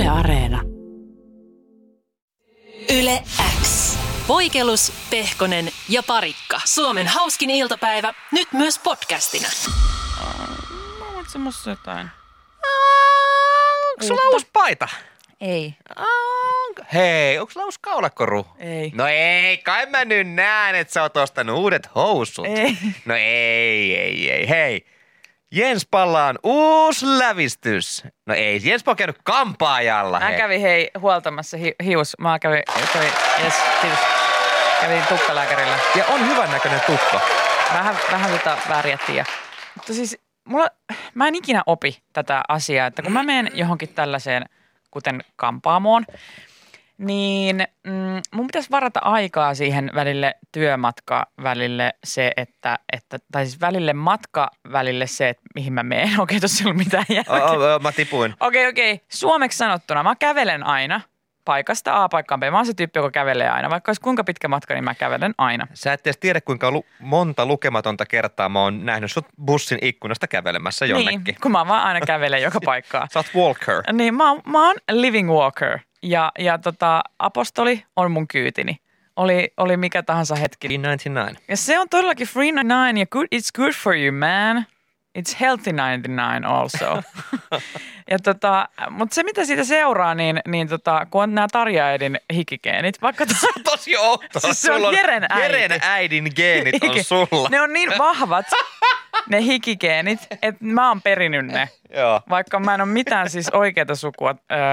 Areena. Yle X. Voikelus, Pehkonen ja Parikka. Suomen hauskin iltapäivä, nyt myös podcastina. Oletko semmoista jotain? Onko sulla uusi paita? Ei. Hei, onko sulla uusi kaulakoru? Ei. No ei, kai mä nyt näen, että sä oot ostanut uudet housut. Ei. No ei. Hei, Jens Pallaan uusi lävistys. No ei, Jens on käynyt kampaajalla. Mä kävin huoltamassa Mä kävin tukkalääkärillä. Ja on hyvän näköinen tukka. Vähän värjättiin. Mutta siis mä en ikinä opi tätä asiaa, että kun mä menen johonkin tällaiseen, kuten kampaamoon, niin mun pitäisi varata aikaa siihen välille työmatka välille se, tai siis välille matka välille se, että mihin mä menen. Okei, tossa ei ollut mitään järkeä. Mä tipuin. Okei. Suomeksi sanottuna mä kävelen aina paikasta A paikkaan B. Mä oon se tyyppi, joka kävelee aina. Vaikka olisi kuinka pitkä matka, niin mä kävelen aina. Sä et edes tiedä, kuinka monta lukematonta kertaa mä oon nähnyt sut bussin ikkunasta kävelemässä jonnekin. Niin, kun mä vaan aina kävelen joka paikkaan. Sä oot walker. Niin, mä oon living walker. Ja apostoli on mun kyytini. Oli mikä tahansa hetki. Free 99. Ja se on todellakin free 99 ja it's good for you, man. It's healthy 99 also. Mutta se, mitä siitä seuraa, kun on nämä Tarja-äidin hikigeenit, vaikka Se on tosi outoa. Siis se on Jeren äiti. Jeren äidin geenit on sulla. Ne on niin vahvat, ne hikigeenit, että mä oon perinyt ne. Joo. Vaikka mä en ole mitään siis oikeata sukua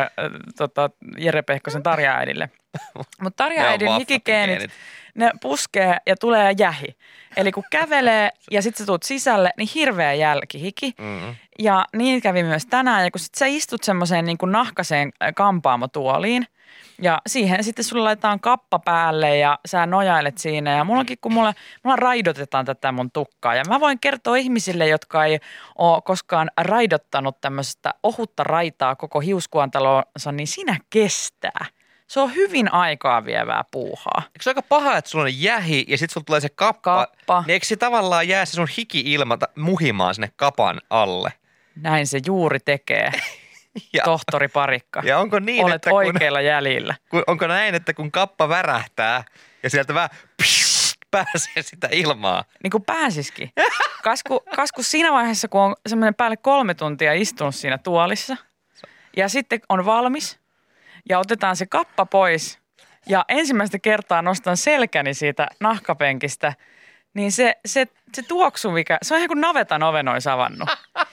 Jere Pehkosen Tarja-äidille. Mutta Tarja-äidin hikigeenit, ne puskee ja tulee jähi. Eli kun kävelee ja sit sä tuut sisälle, niin hirveä jälkihiki. Mm-hmm. Ja niin kävi myös tänään. Ja kun sit sä istut semmoiseen niin kuin nahkaseen kampaamotuoliin ja siihen sitten sulle laitetaan kappa päälle ja sä nojailet siinä. Ja mullakin, kun mulla raidotetaan tätä mun tukkaa. Ja mä voin kertoa ihmisille, jotka ei ole koskaan raidottanut tämmöistä ohutta raitaa koko hiuskuantalonsa, niin siinä kestää. Se on hyvin aikaa vievää puuhaa. Eikö se aika paha, että sulla on jähi ja sitten sulla tulee se kappa. Niin eikö se tavallaan jää se sun hiki-ilma muhimaan sinne kapan alle? Näin se juuri tekee, tohtori Parikka. Ja onko niin, olet että oikeilla jäljillä. Onko näin, että kun kappa värähtää ja sieltä vähän pääsee sitä ilmaa? Niin kuin pääsisikin. Kasku siinä vaiheessa, kun on semmoinen päälle 3 tuntia istunut siinä tuolissa ja sitten on valmis ja otetaan se kappa pois ja ensimmäistä kertaa nostan selkäni siitä nahkapenkistä, niin se tuoksu, se on ihan kuin navetan oven olisi avannut.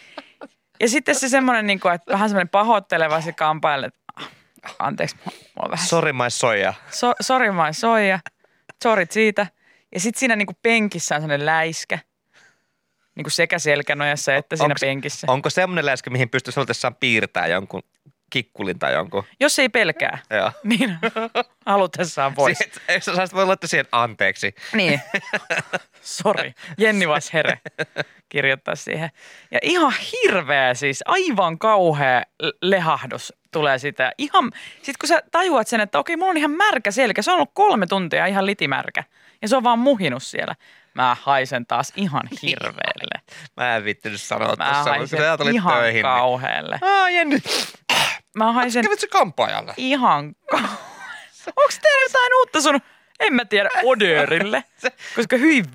Ja sitten se semmoinen, niin kuin, että vähän semmoinen pahoitteleva se kampaille, että anteeksi, mä oon vähän. Sorry my soja. Sorry my soja. Sorit siitä. Ja sitten siinä niin kuin penkissä on semmoinen läiskä. Niin kuin sekä selkänojassa että siinä penkissä. Onko semmoinen läiskä, mihin pystyisi halutessaan piirtää jonkun kikkulin tai jonkun? Jos ei pelkää, niin halutessaan pois. Sä voi laittaa siihen anteeksi. Niin. Sori. Jenni vas here kirjoittaa siihen. Ja ihan hirveä siis, aivan kauhea lehahdus tulee sitä. Sitten kun sä tajuat sen, että okei, mulla on ihan märkä selkä. Se on ollut 3 tuntia ihan litimärkä. Ja se on vaan muhinut siellä. Mä haisen taas ihan hirveelle. Mä en vittinyt sanoa mä tuossa, haisen kun sä tulit ihan töihin. kauhealle. Jenni. Mä haisen Kävit sä kampaajalle? ihan Onko teillä jotain uutta sun, en mä tiedä, odörille? Koska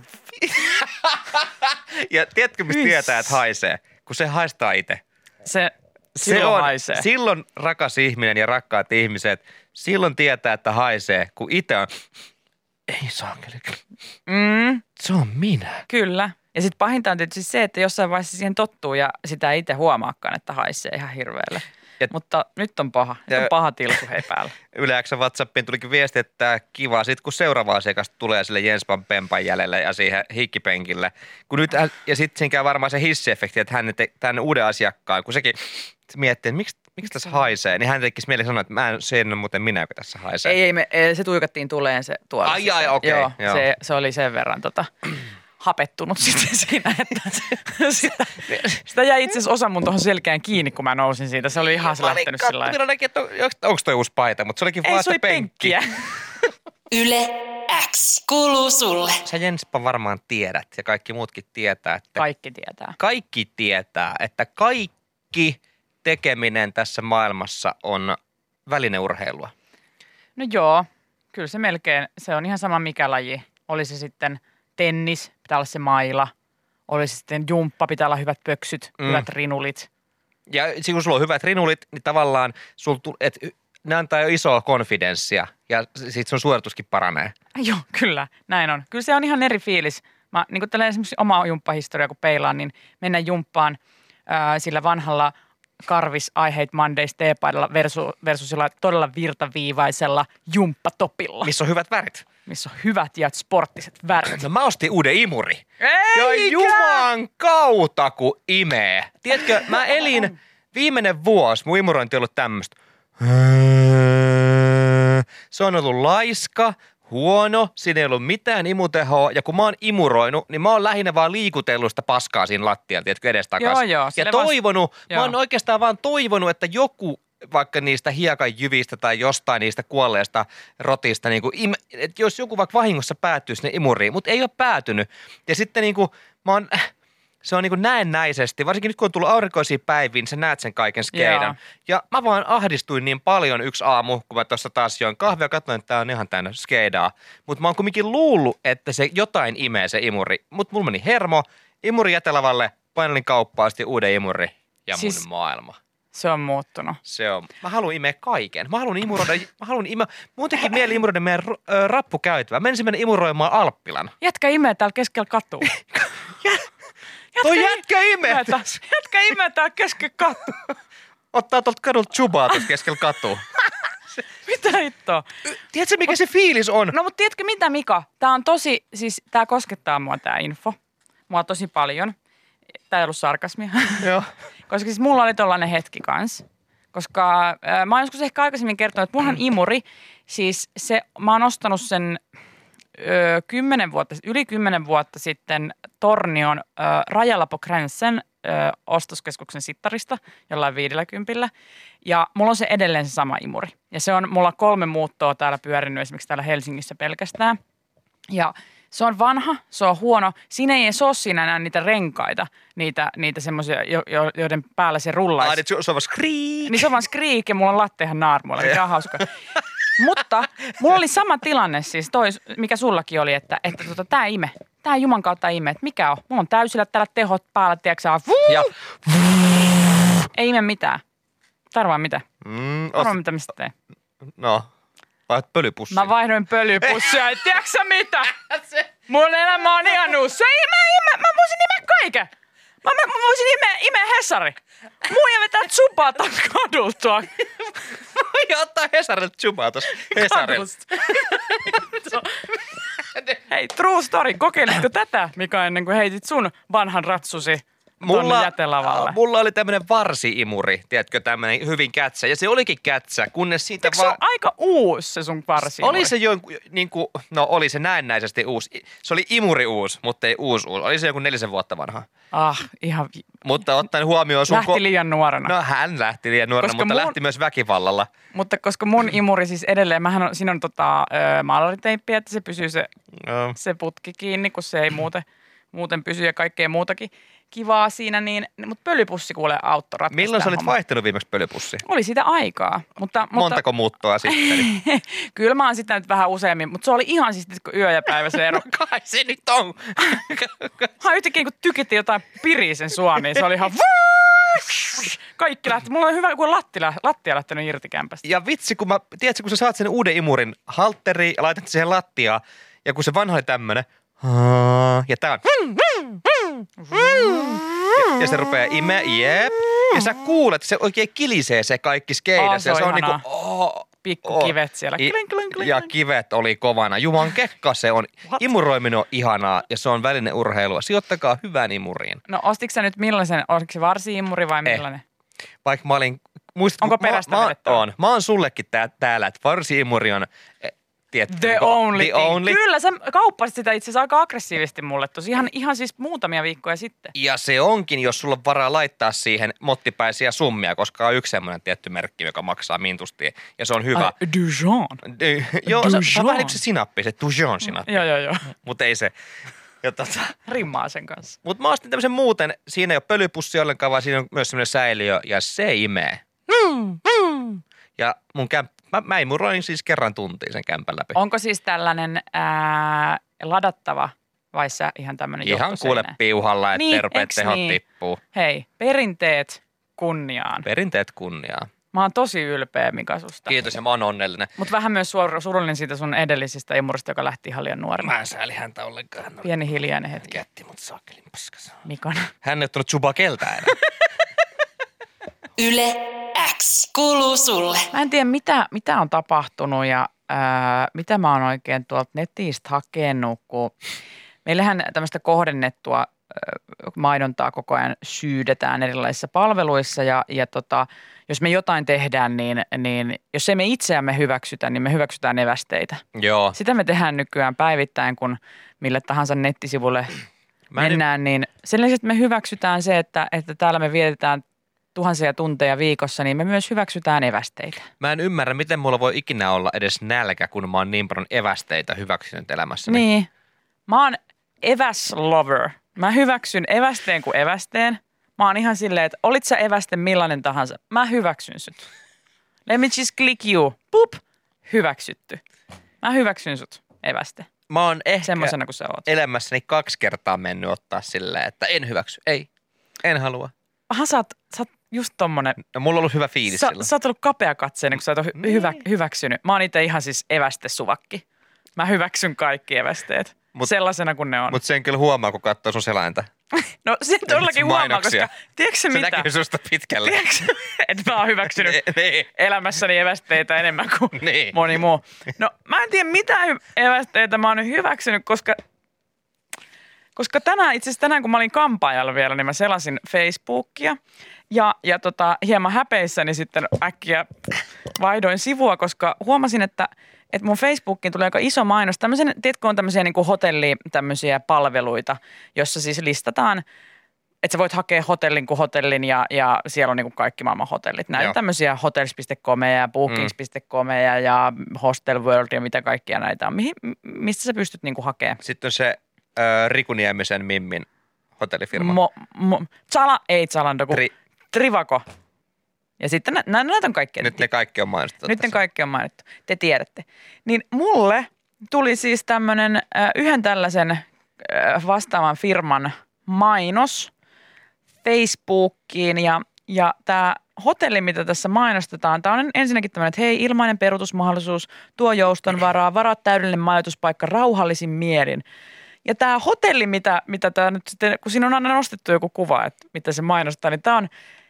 Ja tiedätkö, mistä tietää, että haisee? Kun se haistaa itse. Silloin haisee. Silloin rakas ihminen ja rakkaat ihmiset, silloin tietää, että haisee, kun itse on, ei saakeli. Se on minä. Kyllä. Ja sitten pahinta on tietysti se, että jossain vaiheessa siihen tottuu ja sitä ei itse huomaakaan, että haisee ihan hirveälle. Mutta nyt on paha. Nyt on paha tilku hei päällä. Yle X:n WhatsAppiin tulikin viesti, että kiva sit kun seuraava asiakas tulee sille Jenspan Pempan jäljelle ja siihen hikkipenkille. Ja sitten siinä käy varmaan se hissiefekti, että hän tämän uuden asiakkaan, kun sekin miettii, että miksi tässä haisee, niin hän tekisi mieli sanoa, että se en ole muuten minä, joka tässä haisee. Ei, se tuikattiin tuleen se tuolla. Ai, okei. Joo. Se oli sen verran hapettunut sitten siinä, että sitä jäi itse asiassa osa mun tuohon selkään kiinni, kun mä nousin siitä. Se oli ihan se lähtenyt sillä lailla. Minä näkin, että onko toi uusi paita, mutta se olikin vaan sitä penkkiä. Yle X kuuluu sulle. Sä Jenspa varmaan tiedät ja kaikki muutkin tietää, että Kaikki tietää, että kaikki tekeminen tässä maailmassa on välineurheilua? No joo, kyllä se melkein, se on ihan sama mikä laji. Oli se sitten tennis, pitää olla se maila. Oli se sitten jumppa, pitää olla hyvät pöksyt, hyvät rinulit. Ja kun sulla on hyvät rinulit, niin tavallaan ne antaa jo isoa konfidenssia ja sitten sun suorituskin paranee. Joo, kyllä, näin on. Kyllä se on ihan eri fiilis. Mä niin kuin tällä esimerkiksi omaa jumppahistoriaa kun peilaan, niin mennään jumppaan sillä vanhalla Karvis I Hate Mondays teepaidalla versus sillä todella virtaviivaisella jumppatopilla. Missä on hyvät värit. Missä on hyvät ja sporttiset värit. No mä ostin uuden imuri. Eikä! Ja juman kautta kun imee. Tiedätkö, mä elin viimeinen vuosi, mun imurointi on ollut tämmöistä. Se on ollut laiska, huono, siinä ei ollut mitään imutehoa. Ja kun mä oon imuroinut, niin mä oon lähinnä vaan liikutellut sitä paskaa siinä lattialla, tiedätkö, edestakas. Joo. Ja toivonut, mä oon oikeastaan vaan toivonut, että joku vaikka niistä hiekanjyvistä tai jostain niistä kuolleista rotista, niin kuin, että jos joku vaikka vahingossa päättyy sinne imuriin, mutta ei ole päätynyt. Ja sitten niin kuin, se on niin kuin näennäisesti, varsinkin nyt kun on tullut aurinkoisia päiviä, niin sä näet sen kaiken skeidan. Joo. Ja mä vaan ahdistuin niin paljon yksi aamu, kun mä tuossa taas join kahvia ja katsoin, että tää on ihan täynnä skeidaa. Mutta mä oon kumminkin luullut, että se jotain imee se imuri. Mutta mulla meni hermo, imuri jätelavalle, painelin kauppaan sitten uuden imuri ja mun maailma. Se on muuttunut. Mä haluan imeä kaiken. Mä haluan mun teki mieli imuroida meidän rappukäytävä. Mä ensin mennä imuroimaan Alppilan. Jätkä imee täällä keskellä katua. Jätkä imee! Jätkä imee täällä keskellä katua. Ottaa tuolta kadulta chubaa tuossa keskellä katua. Mitä hittoa? Tiedätkö mikä se fiilis on? No mutta tiedätkö mitä Mika? Tää on tosi, siis tää koskettaa mua tää info. Mua tosi paljon. Tää ei ollut sarkasmia. Joo. Koska siis mulla oli tollainen hetki kans. Koska mä oon joskus ehkä aikaisemmin kertonut, että munhan imuri, siis mä oon ostanut sen yli 10 vuotta sitten Tornion Rajala på Gränsen ostoskeskuksen sittarista jollain 50. Ja mulla on se edelleen se sama imuri. Ja se on mulla 3 muuttoa täällä pyörinyt esimerkiksi täällä Helsingissä pelkästään. Ja se on vanha, se on huono. Siinä ei edes ole siinä enää niitä renkaita, niitä semmoisia, joiden päällä se rullaisi. Se on vaan skriik. Niin se on vaan skriik ja mulla on latte ihan naarmuilla, mikä on hauska. Mutta mulla oli sama tilanne siis, mikä sullakin oli, että tää ime. Tää juman kautta ime, että mikä on. Mulla on täysillä täällä tehot päällä, tiedätkö ja ei ime mitään. Tarvaa mitä? Arvaa mitä mistä teen. No. Vaihdat pölypussia. Mä vaihdoin pölypussia, et tiedätkö sä mitä? Mun elämä on ihan uusi. Mä voisin nimeä kaiken. Mä voisin nimeä Hesari. Muija vetää tsupaa tämän kadulta. Muija ottaa Hesarilta tsupaa tuossa Hesarilla. Hei, true story. Kokeilitko tätä, Mika, ennen kuin heitit sun vanhan ratsusi tuonne jätelavalle? Mulla oli tämmönen varsi-imuri, tiedätkö, tämmönen hyvin kätsä. Ja se olikin kätsä, kunnes siitä se on aika uusi se sun varsi-imuri? Oli se oli se näennäisesti uusi. Se oli imuri uusi, mutta ei uusi. Oli se joku 4 vuotta vanha. Ihan. Mutta ottaen huomioon sun... Lähti liian nuorena. No hän lähti liian nuorena, mutta lähti myös väkivallalla. Mutta koska mun imuri siis edelleen, siinä on maaloriteippi, että se pysyy se putki kiinni, kun se ei muuten pysy ja kaikkea muutakin kivaa siinä, mutta pölypussi kuulee auttoi ratkaista. Milloin sä olit vaihtanut viimeksi pölypussi? Oli sitä aikaa. Montako muuttoa sitten? Kyllä mä oon sitä nyt vähän useammin, mutta se oli ihan siis yö ja päivä se ero. No kai se nyt on. Yhtäkkiä kun tykitti jotain pirisen sua, niin se oli ihan kaikki lähti. Mulla on hyvä, kun lattia lähtenyt irti kämpästä. Ja vitsi, tiedätkö, kun sä saat sen uuden imurin halteriin ja laitat siihen lattiaan, ja kun se vanha oli tämmönen, ja tää on ja se rupeaa imeä, jep. Ja sä kuulet, se oikein kilisee se kaikki skeidas. Se on niinku, pikkukivet siellä. Ja kivet oli kovana. Juman kekka se on. Imuroiminen on ihanaa ja se on välineurheilua. Sijoittakaa hyvän imuriin. No ostitko sä nyt millaisen? Oliko se varsi-imuri vai millainen? Vaikka mä olin... Onko perästä vedettävä? Mä oon sullekin täällä, että varsi-imuri on... The only. Kyllä, sä kauppasit sitä itse asiassa aika aggressiivisesti mulle tosi ihan siis muutamia viikkoja sitten. Ja se onkin, jos sulla on varaa laittaa siihen mottipäisiä summia, koska on yksi semmoinen tietty merkki, joka maksaa mintusti ja se on hyvä. Dijon. Joo, se on vähän yksi sinappi, se Dijon sinappi. Joo. Mutta ei se. Rimmaa sen kanssa. Mutta mä ostin tämmöisen muuten, siinä ei ole pölypussi ollenkaan, vaan siinä on myös semmoinen säiliö ja se imee. Ja mä imuroin siis kerran tuntiin sen kämpän läpi. Onko siis tällainen ladattava vai sä ihan tämmöinen Ihan johtoseinä? kuule piuhalla, että Niin, rupeat eks tehot niin? tippuu. Hei, perinteet kunniaan. Perinteet kunniaa. Mä oon tosi ylpeä Mika susta. Kiitos ja mä oon onnellinen. Mutta vähän myös surullinen siitä sun edellisistä imurista, joka lähti ihan liian nuorena. Mä en sääli häntä ollenkaan. Pieni hiljainen hetki. Jätti mut saakelin paskas. Mikana. Hän ei ottanut Chubakeltä enää. Yle X kuuluu sulle. Mä en tiedä, mitä on tapahtunut ja mitä mä oon oikein tuolta netistä hakenut, kun meillähän tämmöistä kohdennettua mainontaa koko ajan syydetään erilaisissa palveluissa ja jos me jotain tehdään, niin jos ei me itseämme hyväksytä, niin me hyväksytään evästeitä. Joo. Sitä me tehdään nykyään päivittäin, kun mille tahansa nettisivulle mennään, niin sen lisäksi, että me hyväksytään se, että täällä me vietetään tuhansia tunteja viikossa, niin me myös hyväksytään evästeitä. Mä en ymmärrä, miten mulla voi ikinä olla edes nälkä, kun mä oon niin paljon evästeitä hyväksynyt elämässäni. Niin. Mä oon eväslover. Mä hyväksyn evästeen kuin evästeen. Mä oon ihan silleen, että olit sä eväste millainen tahansa. Mä hyväksyn sut. Let me just click you. Pup. Hyväksytty. Mä hyväksyn sut eväste. Mä oon ehkä Semmosena kuin sä oot. elämässäni 2 kertaa mennyt ottaa silleen, että en hyväksy. Ei, en halua. Aha, sä oot just tommonen. No, mulla on ollut hyvä fiilis silloin. Sä oot ollut kapeakatseinen, kun sä oot hyväksynyt. Mä oon itse ihan siis evästesuvakki. Mä hyväksyn kaikki evästeet. Sellaisena kuin ne on. Mutta sen kyllä huomaa, kun katsoo sun selainta. No sen todellakin huomaa, mainoksia. koska tiedätkö Se mitä? näkyy susta pitkälle. Tiedätkö, että mä oon hyväksynyt Niin. elämässäni evästeitä enemmän kuin Niin. moni muu. No mä en tiedä mitä evästeitä mä oon nyt hyväksynyt, koska itse asiassa tänään kun mä olin kampaajalla vielä, niin mä selasin Facebookia ja hieman häpeissäni sitten äkkiä vaihdoin sivua, koska huomasin, että mun Facebookiin tulee aika iso mainos. Tiedätkö, on tämmöisiä niin kuin tämmöisiä palveluita, jossa siis listataan, että sä voit hakea hotellin kuin hotellin ja siellä on niin kuin kaikki maailman hotellit. Näitä tämmöisiä hotels.com ja bookings.com ja Hostel World ja mitä kaikkia näitä on. Mistä sä pystyt niin kuin hakemaan? Sitten on se Riku Niemisen Mimmin hotellifirma. Ei Zalando, kun Trivago. Ja sitten näitä on kaikkia. Nyt ne kaikki on mainostettu. Nyt ne kaikki on mainittu. Te tiedätte. Niin mulle tuli siis tämmöinen yhden tällaisen vastaavan firman mainos Facebookiin ja tämä hotelli, mitä tässä mainostetaan, tämä on ensinnäkin tämmöinen, että hei, ilmainen peruutusmahdollisuus, tuo jouston varaa täydellinen majoituspaikka rauhallisin mielin. Ja tämä hotelli, mitä tämä nyt sitten, kun siinä on aina nostettu joku kuva, että mitä se mainostaa, niin tämä on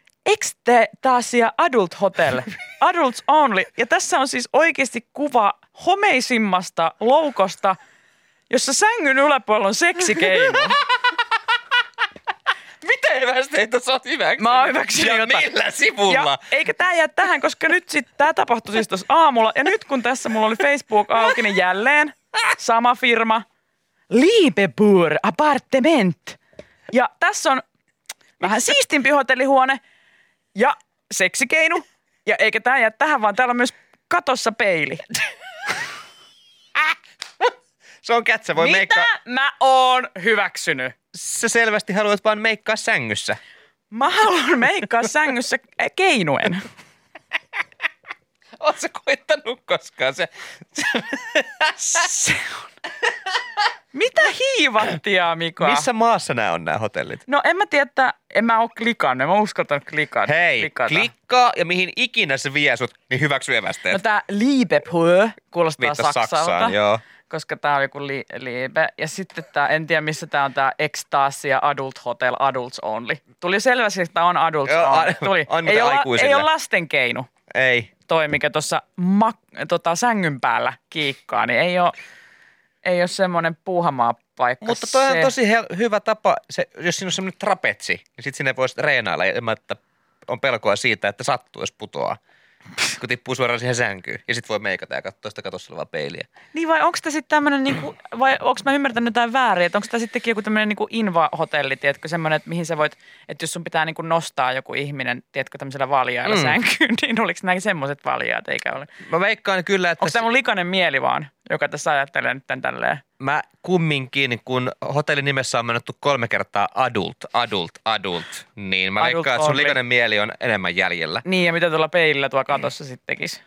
Ecstasy Adult Hotel, Adults Only. Ja tässä on siis oikeasti kuva homeisimmasta loukosta, jossa sängyn yläpuolella on seksikeino. Mitä evästeitä sä oot hyväksynyt? Mä oon hyväksynyt ja jotain. millä sivulla? Ja eikä tää jää tähän, koska nyt sitten tää tapahtui siis tuossa aamulla. Ja nyt kun tässä mulla oli Facebook auki, niin jälleen sama firma. Liebebur Appartement. Ja tässä on vähän siistimpi hotellihuone ja seksikeinu. Ja eikä tää jää tähän, vaan täällä on myös katossa peili. Se on kätsä, voi meikkaa. Mitä mä oon hyväksynyt? Sä selvästi haluat vaan meikkaa sängyssä. Mä haluan meikkaa sängyssä keinuen. Oot sä koittanut koskaan se? Se on. Mitä hiivattia, Mika? Missä maassa nämä hotellit? No en mä tiedä, en mä oo klikannut. Mä uskaltanut klikata. Hei, klikkaa ja mihin ikinä se vie sut, niin hyväksy evästeet. No tää Liebebur kuulostaa Viittas saksalta. Saksaan, joo. Koska tää on joku Liebe. Ja sitten tää, en tiedä missä tää on tää Ecstasy Adult Hotel, Adults Only. Tuli selvästi, että on Adults Only. Tuli. Ei ole lastenkeinu. Ei. Toi, mikä tuossa sängyn päällä kiikkaa, niin ei ole semmoinen puuhamaa paikka. Mutta toi on tosi hyvä tapa, jos siinä on semmoinen trapetsi, niin sitten sinne voisi reenailla ilman, on pelkoa siitä, että sattuu, jos putoaa. Kun tippuu suoraan siihen sänkyyn ja sitten voi meikata ja katsoa sitä katossa olevaa peiliä. Niin vai onko tämä sitten tämmöinen, niinku, vai onko mä ymmärtänyt jotain väärin, että onko tämä sittenkin joku tämmöinen niinku inva-hotelli, tiedätkö, semmoinen, että mihin sä voit, että jos sun pitää niinku nostaa joku ihminen, tiedätkö, tämmöisellä valjailla sänkyyn, niin oliko näin semmoiset valjaat, eikä ole? Mä veikkaan kyllä, että... Onko tämä mun likainen mieli vaan? joka tässä ajattelee nyt tän tälleen. Mä kumminkin, kun hotellin nimessä on menetty 3 kertaa adult, niin mä veikkaan, että sun likainen mieli on enemmän jäljellä. Niin, ja mitä tuolla peilillä tuolla katossa sitten tekisi?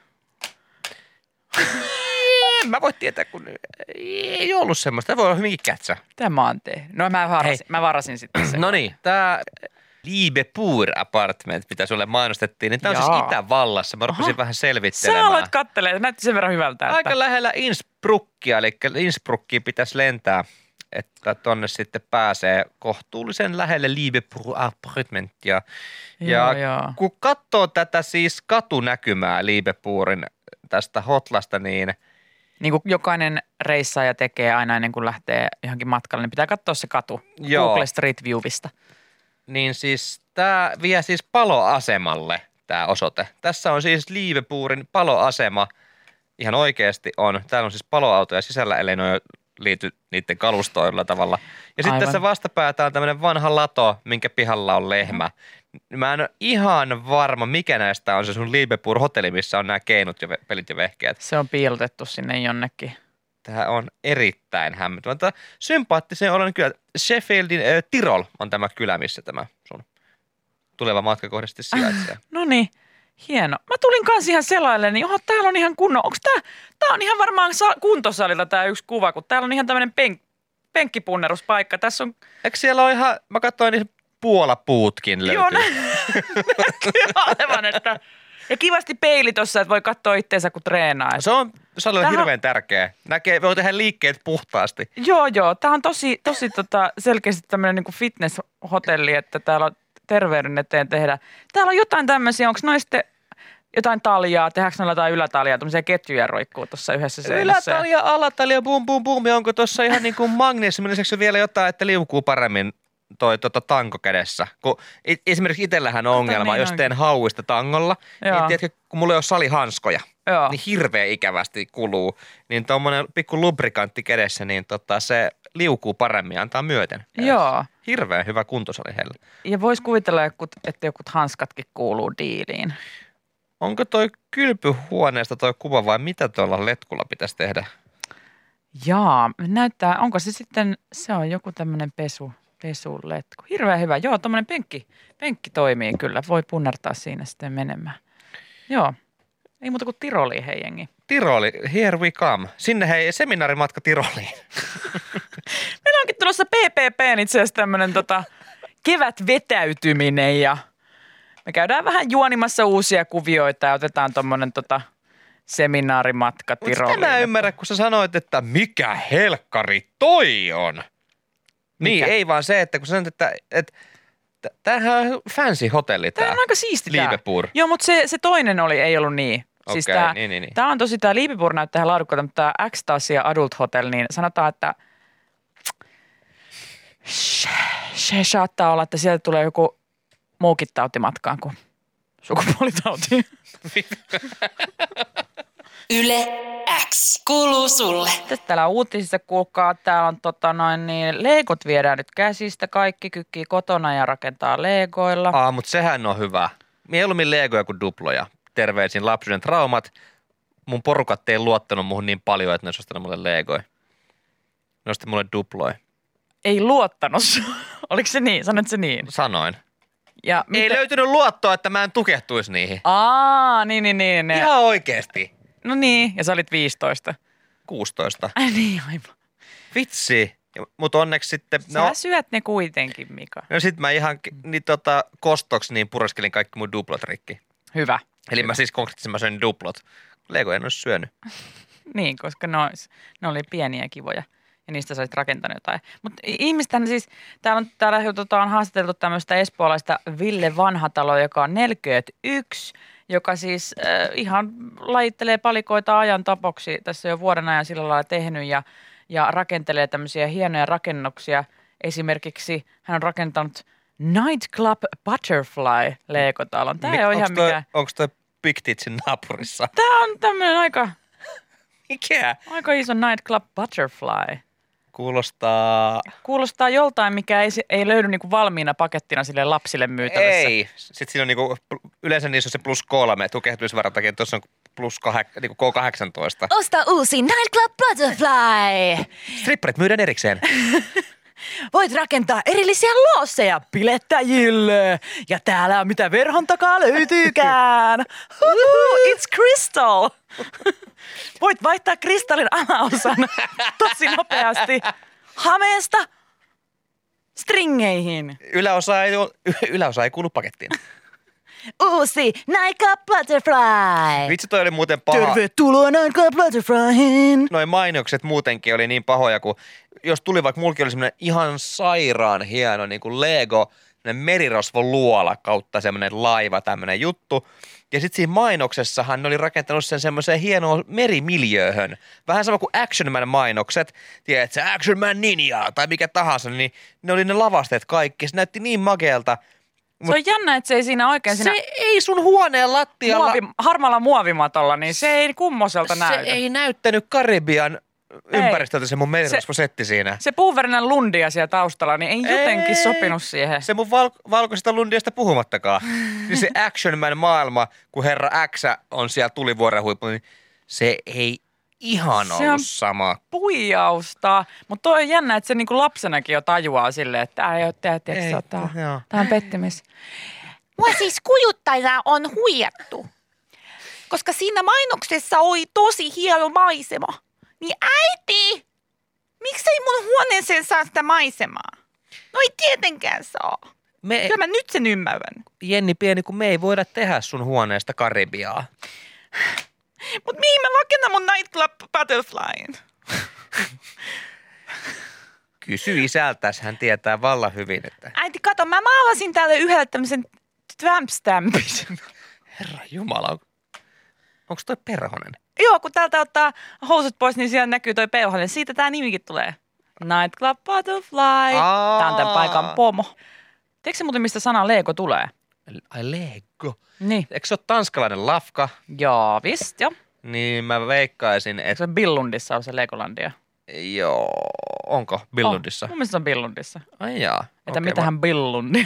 Mä voin tietää, kun ei ollut semmoista. Voi olla hyvinkin kätsä. Mitä mä oon tehnyt? No mä varasin sitten sen. No niin, tää Liebepur Apartment, mitä sulle mainostettiin, niin tää on siis Itävallassa. Mä rupesin vähän selvittelemään. Sä aloit kattelemaan, näytti sen verran hyvältä. Että... Aika lähellä Innsbruckia, eli Innsbruckiin pitäisi lentää, että tonne sitten pääsee kohtuullisen lähelle Liebepur Apartmentia. Ja kun katsoo tätä siis katunäkymää Liebepurin tästä hotlasta, niin kuin jokainen reissaaja tekee aina ennen kuin lähtee johonkin matkalle, niin pitää katsoa se katu Google Street Viewista. Niin siis tämä vie siis paloasemalle tämä osoite. Tässä on siis Liebepurin paloasema. Ihan oikeasti on. Täällä on siis paloautoja sisällä, ellei ne liity niiden kalustoilla tavalla. Ja sitten tässä vastapäätä on tämmöinen vanha lato, minkä pihalla on lehmä. Mä en ole ihan varma, mikä näistä on se sun Liebepur-hotelli, missä on nämä keinot ja pelit ja vehkeet. Se on piilotettu sinne jonnekin. Tämä on erittäin hämmentävä. Sympaattisen olen kyllä. Sheffieldin Tirol on tämä kylä, missä tämä sun tuleva matka kohdasti sijaitsee. No niin, hieno. Mä tulin kanssa ihan selaille, niin täällä on ihan kunnon. Onko tää on ihan varmaan kuntosalilta tää yksi kuva, kun täällä on ihan tämmöinen penkkipunneruspaikka. Tässä on... Eikö siellä ole ihan, mä katsoin niin puolapuutkin löytyy. Joo, näkyy olevan, että... Ja kivasti peili tossa, että voi katsoa itteensä, kun treenaa. Se on hirveän tärkeä. Voi tehdä liikkeet puhtaasti. Joo. Tämä on tosi selkeästi tämmöinen niin kuin fitness-hotelli, että täällä on terveyden eteen tehdä. Täällä on jotain tämmöisiä, onko noista jotain taljaa, tehdäänkö noilla jotain ylätaljaa, tämmöisiä ketjuja roikkuu tuossa yhdessä seinässä. Ylätalja, alatalja, bum, bum, bum. Ja onko tuossa ihan niin kuin magnesiumin lisäksi vielä jotain, että liukuu paremmin toi tanko kädessä. Kun esimerkiksi itsellähän on ongelma, niin jos teen hauista tangolla, niin tiedätkö, kun mulla ei ole salihanskoja, niin hirveän ikävästi kuluu. Niin tuommoinen pikku lubrikantti kädessä, niin se liukuu paremmin ja antaa myöten. Joo. Hirveän hyvä kuntosali heillä. Ja vois kuvitella, että jokut hanskatkin kuuluu diiliin. Onko toi kylpyhuoneesta toi kuva vai mitä tuolla letkulla pitäisi tehdä? Jaa, näyttää, onko se sitten, se on joku tämmöinen pesuletku. Hirveän hyvä. Joo, tommoinen penkki toimii kyllä. Voi punnertaa siinä sitten menemään. Joo. Ei muuta kuin Tiroliin, hei jengi. Tiroli, here we come. Sinne hei, seminaarimatka Tiroliin. Meillä onkin tulossa PPP itse asiassa tämmöinen kevätvetäytyminen ja me käydään vähän juonimassa uusia kuvioita ja otetaan tommonen seminaarimatka Tiroliin. Mutta mä ymmärrän, kun sä sanoit, että mikä helkkari toi on. Niin, ei vaan se, että kun sä sanot, että tämähän on fancy hotelli tää. Tämä on aika siisti tää. Liebepur. Joo, mutta se toinen ei ollut niin. Siis niin. Tää on tosi, tää Liebepur näyttää ihan laadukkaalta, mutta tää Ecstasy Adult Hotel, niin sanotaan, että se saattaa olla, että sieltä tulee joku muukin tauti matkaan kuin sukupuolitauti. Yle X kuuluu sulle. Täällä uutisissa kuulkaa, täällä on legot viedään nyt käsistä, kaikki kykkii kotona ja rakentaa legoilla. Mutta sehän on hyvä. Mieluummin legoja kuin duploja. Terveisin lapsuuden traumat. Mun porukat ei luottanut muhun niin paljon, että ne olisi ostanut mulle legoja. Ne osti mulle duploja. Ei luottanut. Oliko se niin? Sanoit se niin? Sanoin. Ja ei löytynyt luottoa, että mä en tukehtuisi niihin. Niin. Ihan oikeesti. No niin, ja sä olit 15. 16. Niin, aivan. Vitsi. Mutta onneksi sitten... Sä syöt ne kuitenkin, Mika. No sit mä ihan kostoksi niin pureskelin kaikki mun duplot rikki. Hyvä. Eli mä siis konkreettisesti mä söin duplot. Lego en olisi syönyt. Niin, koska ne oli pieniä kivoja. Ja niistä sä olisit rakentanut jotain. Mutta ihmistähän siis, täällä on haastateltu tämmöistä espoolaista Ville Vanhataloa, joka on 41, joka siis ihan lajittelee palikoita ajan tapoksi. Tässä jo vuoden ajan sillä lailla tehnyt ja rakentelee tämmöisiä hienoja rakennuksia. Esimerkiksi hän on rakentanut Nightclub Butterfly Lego-talon. Tämä ei ole ihan mikään... Onko toi Big Titsin naapurissa? Tämä on tämmöinen aika... Mikä? Aika iso Nightclub Butterfly. Kuulostaa joltain, mikä ei löydy niinku valmiina pakettina sille lapsille myytävässä. Ei. Sitten siinä on yleensä niissä on se +3 tukehtumisvaran takia, tuossa on plus niin K18. Osta uusi Nightclub Butterfly! Stripperit myydään erikseen. Voit rakentaa erillisiä losseja bilettäjille. Ja täällä on mitä verhon takaa löytyykään. It's crystal. Voit vaihtaa kristallin alaosan tosi nopeasti hameesta stringeihin. Yläosa ei kuulu pakettiin. Uusi Nightclub Butterfly! Vitsi, toi oli muuten paha. Tervetuloa Nightclub Butterflyin! Noin mainokset muutenkin oli niin pahoja, kun jos tuli vaikka mulki oli semmoinen ihan sairaan hieno niin kuin Lego merirosvoluola kautta semmoinen laiva, tämmöinen juttu. Ja sitten siinä mainoksessahan ne oli rakentanut sen semmoiseen hienoon merimiljööhön. Vähän sama kuin Action Man mainokset. Tiedätkö, Action Man Ninja tai mikä tahansa, niin ne oli ne lavasteet kaikki. Se näytti niin makealta. Se on jännä, että se ei siinä oikein Se ei sun huoneen lattialla. Harmalla muovimatolla, niin se ei kummoselta näytä. Se ei näyttänyt Karibian ympäristöltä se mun merirosvosetti siinä. Se puuverinen lundia siellä taustalla, niin ei jotenkin sopinut siihen. Se mun valkoisesta lundiasta puhumattakaan. Niin se Action Man maailma, kun herra X on siellä tulivuoren huipulla, niin se ei ihan ollut sama. Puijausta. Mutta toi on jännä, että se niinku lapsenakin jo tajuaa silleen, että tää ei ole tää on pettymys. Mua siis kujuttajana on huijattu, koska siinä mainoksessa oli tosi hieno maisema. Niin äiti, miksei mun huoneeseen saa sitä maisemaa? No ei tietenkään saa. Kyllä mä nyt sen ymmärrän. Jenni pieni, kun me ei voida tehdä sun huoneesta Karibiaa. Mut mihin mä rakennan mun Nightclub Butterflyin? Kysy isältäs, hän tietää vallan hyvin, että... Äiti, kato, mä maalasin täällä yhdellä tämmöisen tramp-stampin. Herra Jumala, onko toi perhonen? Joo, kun täältä ottaa housut pois, niin siellä näkyy toi perhonen. Siitä tää nimikin tulee. Nightclub Butterfly. Tää on tämän paikan pomo. Tiedätkö se muuten, mistä sana Lego tulee? Ai Lego. Niin. Eikö se ole tanskalainen lafka? Joo, vist, joo. Niin mä veikkaisin, että... Se on Billundissa on se Legolandia. Joo, onko Billundissa? Mun mielestä se on Billundissa. Ai jaa. Että mitähän Billundia?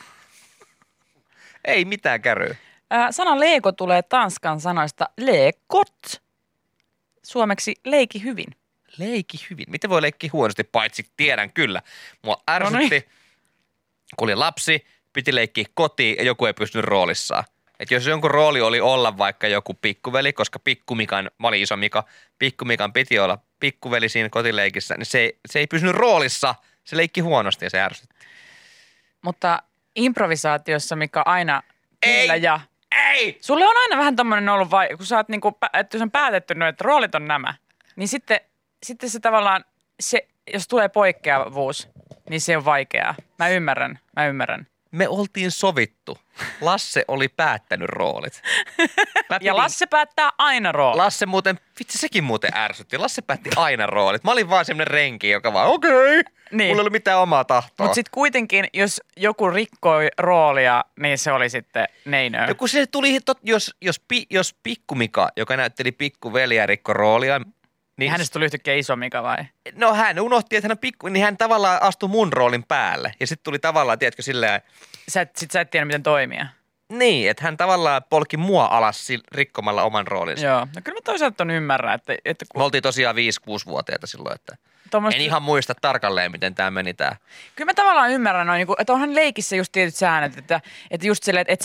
Ei mitään käryy. Sana Lego tulee tanskan sanoista lekot. Suomeksi leiki hyvin. Leiki hyvin. Miten voi leikkiä huonosti, paitsi tiedän kyllä. Mua ärsytti, kun oli lapsi, piti leikkiä kotiin ja joku ei pystynyt roolissaan. Että jos jonkun rooli oli olla vaikka joku pikkuveli, koska mä olin iso Mika, pikkumikan piti olla pikkuveli siinä kotileikissä, niin se ei pysynyt roolissa. Se leikki huonosti ja se ärsytti. Mutta improvisaatiossa, mikä aina kyllä ja... Ei! Sulle on aina vähän tommonen ollut, kun sä oot niinku, että jos on päätetty, että roolit on nämä, niin sitten se tavallaan, jos tulee poikkeavuus, niin se on vaikeaa. Mä ymmärrän. Me oltiin sovittu. Lasse oli päättänyt roolit. Ja Lasse päättää aina roolit. Lasse muuten, vitsi sekin muuten ärsytti. Lasse päätti aina roolit. Mä olin vaan semmonen renki, joka vaan okei. Niin. Mulla ei ollut mitään omaa tahtoa. Mutta sitten kuitenkin, jos joku rikkoi roolia, niin se oli sitten neinö. Kun se tuli, jos Pikkumika, joka näytteli pikkuveliä, rikko roolia. Niin hänestä tuli yhtäkkiä iso Mika vai? No hän unohti, että hän on pikku, niin hän tavallaan astui mun roolin päälle. Ja sitten tuli tavallaan, tiedätkö, silleen... Sä et tiedä, miten toimia. Niin, että hän tavallaan polki mua alas rikkomalla oman roolinsa. Joo, no kyllä mä toisaalta on ymmärrän, että kun... Me oltiin tosiaan 5-6-vuotiaita silloin, että en ihan muista tarkalleen, miten tämä meni tämä. Kyllä mä tavallaan ymmärrän, että onhan leikissä just tietyt säännöt, että just silleen, että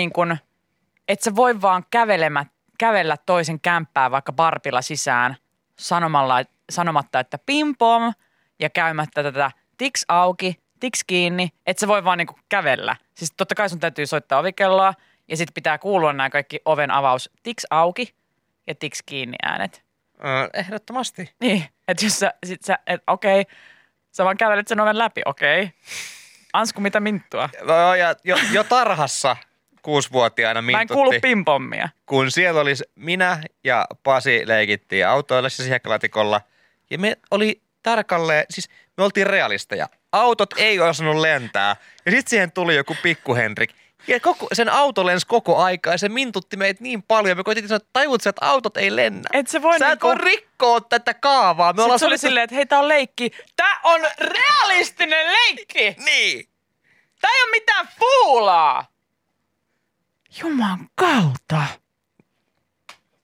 et sä voi vaan kävellä toisen kämppää vaikka barpilla sisään sanomatta, että pim pom ja käymättä tätä tiks auki, tiks kiinni, että sä voi vaan niinku kävellä. Siis totta kai sun täytyy soittaa ovikelloa ja sitten pitää kuulua nämä kaikki oven avaus tiks auki ja tiks kiinni äänet. Ehdottomasti. Niin, että jos okei, sä vaan kävelet sen oven läpi, okei. Ansku mitä minttua? No ja jo tarhassa 6-vuotiaana mintutti. Mä en kuulu pimpommia. Kun siellä oli minä ja Pasi leikittiin autoilla siis hiekkalaatikolla. Ja me oli tarkalleen, siis me oltiin realisteja. Autot ei osannut lentää. Ja sitten siihen tuli joku pikkuhenrik. Ja sen auto lensi koko aikaa ja se mintutti meitä niin paljon. Me koitettiin sanoa, että tajut, että autot ei lennä. Sä et voi rikkoa tätä kaavaa. Sitten se oli silleen, että hei, tää on leikki. Tää on realistinen leikki! Niin. Tää ei ole mitään fuulaa! Juman kautta.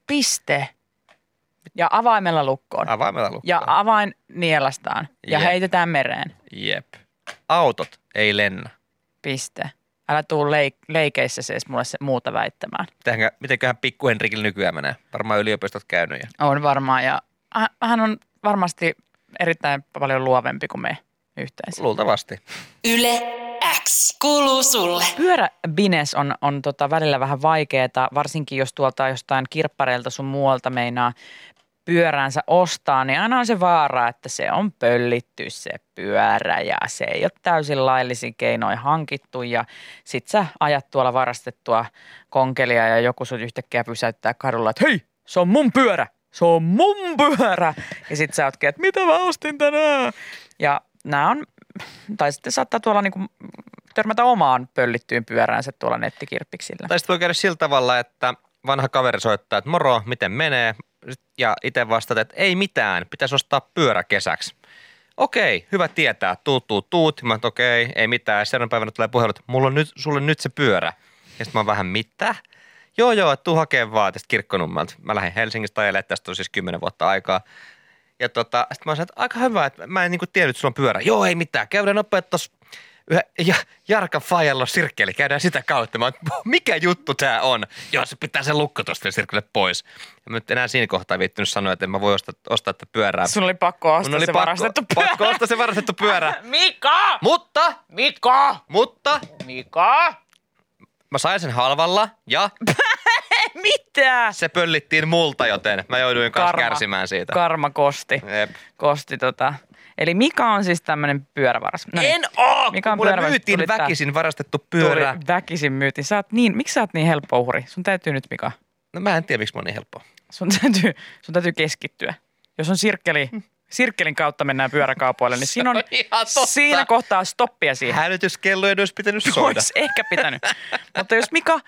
Piste. Ja avaimella lukkoon. Avaimella lukkoon. Ja avain nielastaan. Ja Jep. heitetään mereen. Jep. Autot ei lennä. Piste. Älä tuu leikeissä edes mulle se muuta väittämään. Mitenköhän pikku Henrikillä nykyään menee? Varmaan yliopistot käynyt. On varmaan ja hän on varmasti erittäin paljon luovempi kuin me yhteensä. Luultavasti. Yle X kuuluu sulle. Pyöräbines on välillä vähän vaikeeta, varsinkin jos tuolta jostain kirppareilta sun muualta meinaa pyöräänsä ostaa, niin aina on se vaara, että se on pöllitty se pyörä ja se ei ole täysin laillisin keinoin hankittu ja sit sä ajat tuolla varastettua konkelia ja joku sut yhtäkkiä pysäyttää kadulla, että hei, se on mun pyörä, se on mun pyörä. Ja sit sä ootkin, että mitä mä ostin tänään? Ja nää on, tai sitten saattaa tuolla niinku törmätä omaan pöllittyyn pyöräänsä tuolla nettikirppiksillä. Tai sitten voi käydä sillä tavalla, että vanha kaveri soittaa, että moro, miten menee? Ja itse vastaat, että ei mitään, pitäisi ostaa pyörä kesäksi. Okei, hyvä tietää, tuut. Mä okei, ei mitään. Seuraavan päivänä tulee puhelu, että mulla on sulle nyt se pyörä. Ja sitten mä oon vähän, mitä? Joo, tuu hakee vaan tästä Kirkkonummelta. Mä lähdin Helsingistä ajelemaan, tästä on siis 10 vuotta aikaa. Ja sitten mä sanoin, että aika hyvä, että mä en niinku tiennyt, että sulla on pyörä. Joo, ei mitään, käydään nopeasti tossa Jarkan faijalla on sirkkeli, käydään sitä kautta. Mä oon, mikä juttu tää on? Joo, se pitää sen lukko tosta vielä sirkkelle pois. Ja mä nyt enää siinä kohtaa viittynyt sanoa, että en mä voi ostaa tätä pyörää. Sun oli pakko ostaa se varastettu pyörä. Pakko ostaa se varastettu pyörä. Mika! Mutta! Mika! Mä sain sen halvalla ja Mitä? se pöllittiin multa, joten mä jouduin kanssa kärsimään siitä. Karma kosti. Jep. Kosti Eli Mika on siis tämmönen pyörävaras. No niin. En oo! Mika on Mulle pyörävaras. myytiin väkisin varastettu pyörä. Väkisin myytiin. Miksi sä oot niin helppo uhri? Sun täytyy nyt, Mika. No mä en tiedä, miksi mä oon niin helppoa. Sun täytyy keskittyä. Jos on sirkkelin kautta mennään pyöräkaupoille, niin siinä kohtaa stoppia siihen. Hälytyskello ei olisi pitänyt soida. Olisi ehkä pitänyt. Mutta jos Mika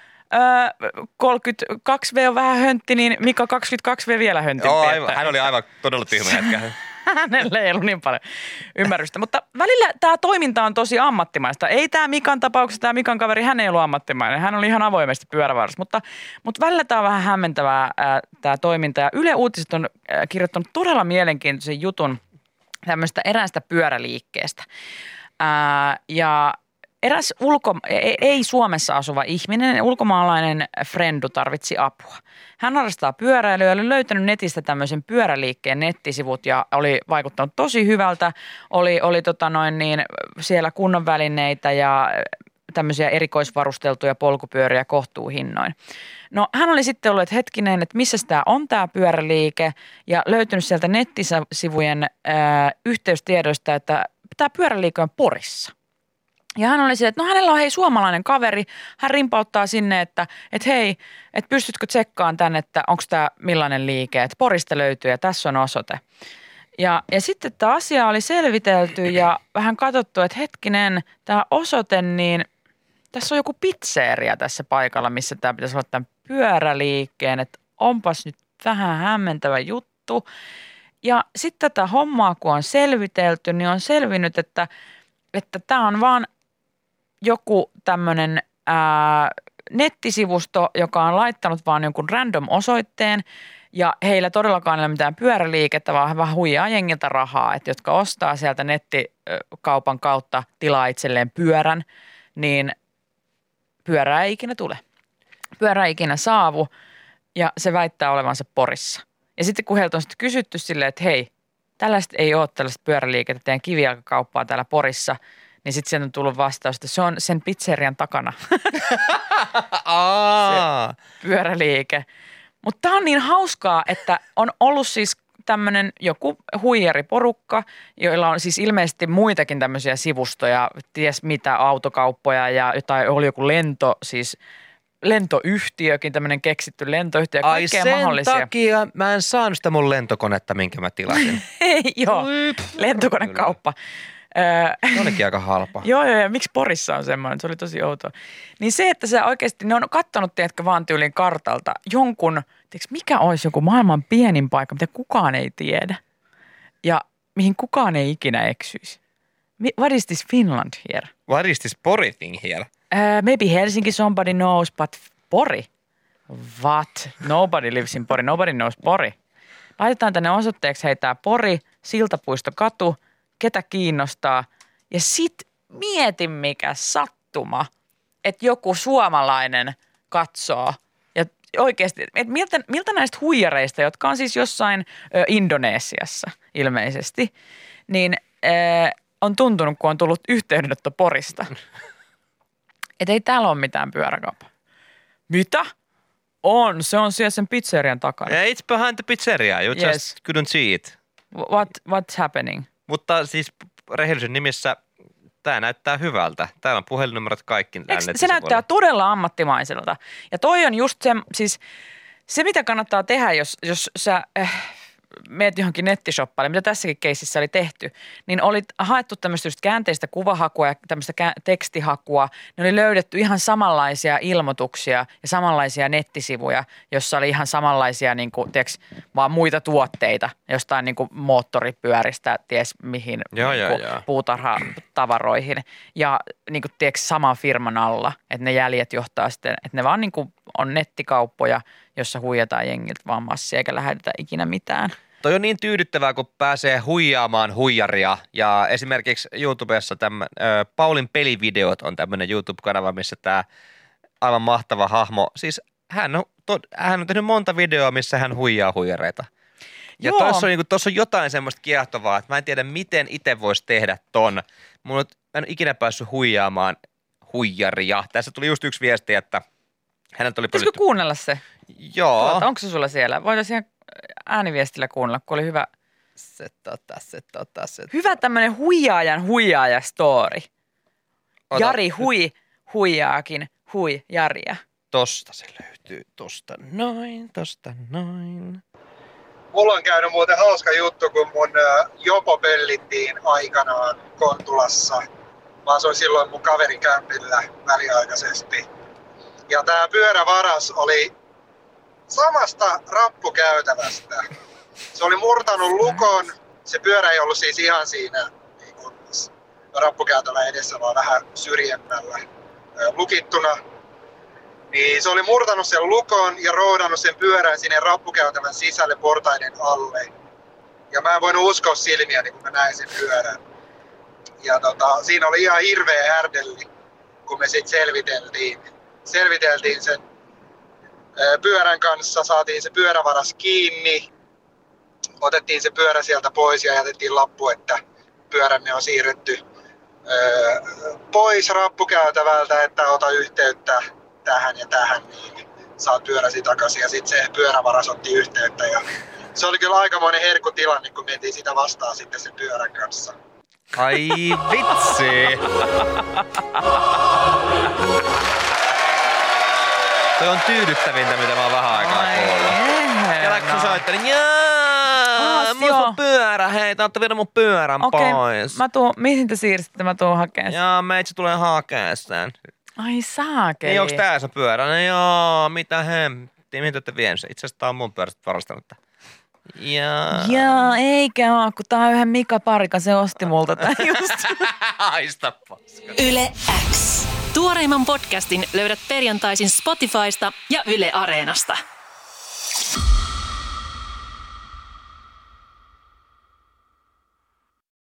32V on vähän höntti, niin Mika 22V vielä höntimpi. Joo, hän oli aivan todella tyhmä jätkä. Hänelle ei ollut niin paljon ymmärrystä. Mutta välillä tämä toiminta on tosi ammattimaista. Ei tämä Mikan tapauksessa, tämä Mikan kaveri, hän ei ollut ammattimainen. Hän oli ihan avoimesti pyörävaras. Mutta välillä tämä on vähän hämmentävää tämä toiminta. Ja Yle Uutiset on kirjoittanut todella mielenkiintoisen jutun tämmöistä eräästä pyöräliikkeestä. Ja eräs ei Suomessa asuva ihminen, ulkomaalainen frendu tarvitsi apua. Hän harrastaa pyöräilyä ja oli löytänyt netistä tämmöisen pyöräliikkeen nettisivut ja oli vaikuttanut tosi hyvältä. Oli siellä kunnon välineitä ja tämmöisiä erikoisvarusteltuja polkupyöriä kohtuuhinnoin. No hän oli sitten ollut, että hetkinen, että missä tämä on tämä pyöräliike ja löytynyt sieltä nettisivujen yhteystiedoista, että tämä pyöräliike on Porissa. Ja hän oli sille, että hänellä on suomalainen kaveri. Hän rimpauttaa sinne, että hei, että pystytkö tsekkaamaan tänne, että onko tämä millainen liike, että Porista löytyy ja tässä on osoite. Ja sitten tämä asia oli selvitelty ja vähän katsottu, että hetkinen, tämä osoite, niin tässä on joku pizzeria tässä paikalla, missä tämä pitäisi olla tämän pyöräliikkeen, että onpas nyt vähän hämmentävä juttu. Ja sitten tätä hommaa, kun on selvitelty, niin on selvinnyt, että tämä on vaan joku tämmöinen nettisivusto, joka on laittanut vaan jonkun random osoitteen ja heillä todellakaan ei ole mitään pyöräliikettä, vaan vähän huijaa jengiltä rahaa, että jotka ostaa sieltä nettikaupan kautta tilaa itselleen pyörän, niin pyörää ei ikinä tule. Pyörä ei ikinä saavu ja se väittää olevansa Porissa. Ja sitten kun heiltä on sitten kysytty silleen, että hei, tällaista ei ole tällaista pyöräliikettä, teidän kivijalkakauppaa täällä Porissa, niin sitten sieltä on tullut vastaus, että se on sen pizzerian takana. Se pyöräliike. Mutta tämä on niin hauskaa, että on ollut siis tämmöinen joku huijariporukka, joilla on siis ilmeisesti muitakin tämmöisiä sivustoja, ties mitä, autokauppoja ja jotain, oli joku lentoyhtiökin, tämmöinen keksitty lentoyhtiö, kaikkea mahdollisia. Ai sen takia mä en saanut sitä mun lentokonetta, minkä mä tilasin. Joo, lentokonekauppa. Se olikin aika halpa. Joo, ja miksi Porissa on semmoinen, se oli tosi outoa. Niin se, että sä oikeasti, ne on kattonut, tiedätkö, vaan tyylin kartalta jonkun, tiedätkö, mikä olisi joku maailman pienin paikka, mitä kukaan ei tiedä ja mihin kukaan ei ikinä eksyisi. What is this Finland here? What is this Pori thing here? Maybe Helsinki somebody knows, but Pori? What? Nobody lives in Pori. Nobody knows Pori. Laitetaan tänne osoitteeksi heitää Pori, Siltapuisto katu, ketä kiinnostaa. Ja sit mieti mikä sattuma, että joku suomalainen katsoo. Ja oikeasti, että miltä näistä huijareista, jotka on siis jossain Indonesiassa ilmeisesti, niin on tuntunut, kun on tullut yhteydenotto Porista. Että ei täällä ole mitään pyöräkauppaa. Mitä? On. Se on siellä sen pizzerian takana. Yeah, it's behind the pizzeria. You just couldn't see it. What's happening? Mutta siis rehellisyyden nimissä tämä näyttää hyvältä. Täällä on puhelinnumerot kaikki. Se näyttää todella ammattimaiselta. Ja toi on just se, siis se mitä kannattaa tehdä, jos sä meet johonkin nettishoppaille, mitä tässäkin keississä oli tehty, niin oli haettu tämmöistä just käänteistä kuvahakua ja tämmöistä tekstihakua. Ne oli löydetty ihan samanlaisia ilmoituksia ja samanlaisia nettisivuja, jossa oli ihan samanlaisia niin kuin, tiiäks, vaan muita tuotteita jostain niin kuin moottoripyöristä, ties mihin puutarhatavaroihin. Ja niin kuin, tiiäks, saman firman alla, että ne jäljet johtaa sitten, että ne vaan niin kuin on nettikauppoja, jossa huijataan jengiltä vaan massia eikä lähetetä ikinä mitään. Toi on niin tyydyttävää, kun pääsee huijaamaan huijaria. Ja esimerkiksi YouTubessa Paulin pelivideot on tämmöinen YouTube-kanava, missä tämä aivan mahtava hahmo, siis hän on tehnyt monta videoa, missä hän huijaa huijareita. Ja tuossa on jotain semmoista kiehtovaa, että mä en tiedä, miten itse voisi tehdä ton. Mä en ole ikinä päässyt huijaamaan huijaria. Tässä tuli just yksi viesti, että häneltä oli pystytty kuunnella se? Joo. Onko se sulla siellä? Voitaisiin ihan ääniviestillä kuunnella, kun oli hyvä. Se. Hyvä tämmöinen huijaaja story. Jari huijaakin Jaria. Tosta se löytyy. Tosta noin. Mulla on käynyt muuten hauska juttu, kun mun jopo pöllittiin aikanaan Kontulassa. Mä asuin silloin mun kaverin kämpillä väliaikaisesti. Ja tää pyörävaras oli samasta rappukäytävästä. Se oli murtanut lukon. Se pyörä ei ollut siis ihan siinä niin kuin rappukäytävän edessä, vaan vähän syrjemmällä lukittuna. Niin se oli murtanut sen lukon ja roudannut sen pyörän sinne rappukäytävän sisälle portaiden alle. Ja mä en voinut uskoa silmiäni, kun mä näin sen pyörän. Ja siinä oli ihan hirveä härdelli, kun me sitten selviteltiin sen pyörän kanssa, saatiin se pyörävaras kiinni, otettiin se pyörä sieltä pois ja jätettiin lappu, että pyöränne on siirretty pois rappukäytävältä, että ota yhteyttä tähän ja tähän, niin saat pyöräsi takaisin. Ja sitten se pyörävaras otti yhteyttä ja se oli kyllä aikamoinen herkkutilanne, kun mentiin sitä vastaan sitten sen pyörän kanssa. Ai vitsi! Toi on tyydyttävintä, mitä mä oon vähän aikaa kuullut. Ja kun soittelin, mulla on pyörä, hei, te ootte viedä mun pyörän pois. Mihin te siirsitte, mä tuun hakemaan sen? Jaa, meitsi tulee hakea sen. Ai saakeli. Niin onks tää se pyörä? No joo, mitä hemmettiä, mihin te ootte vienyt sen? Itse asiassa tää on mun pyörästä varastanut. Jaa, eikä oo, kun tää on yhden Mika Parika, se osti multa tää just. Haista paska. Yle X. Tuoreimman podcastin löydät perjantaisin Spotifysta ja Yle Areenasta.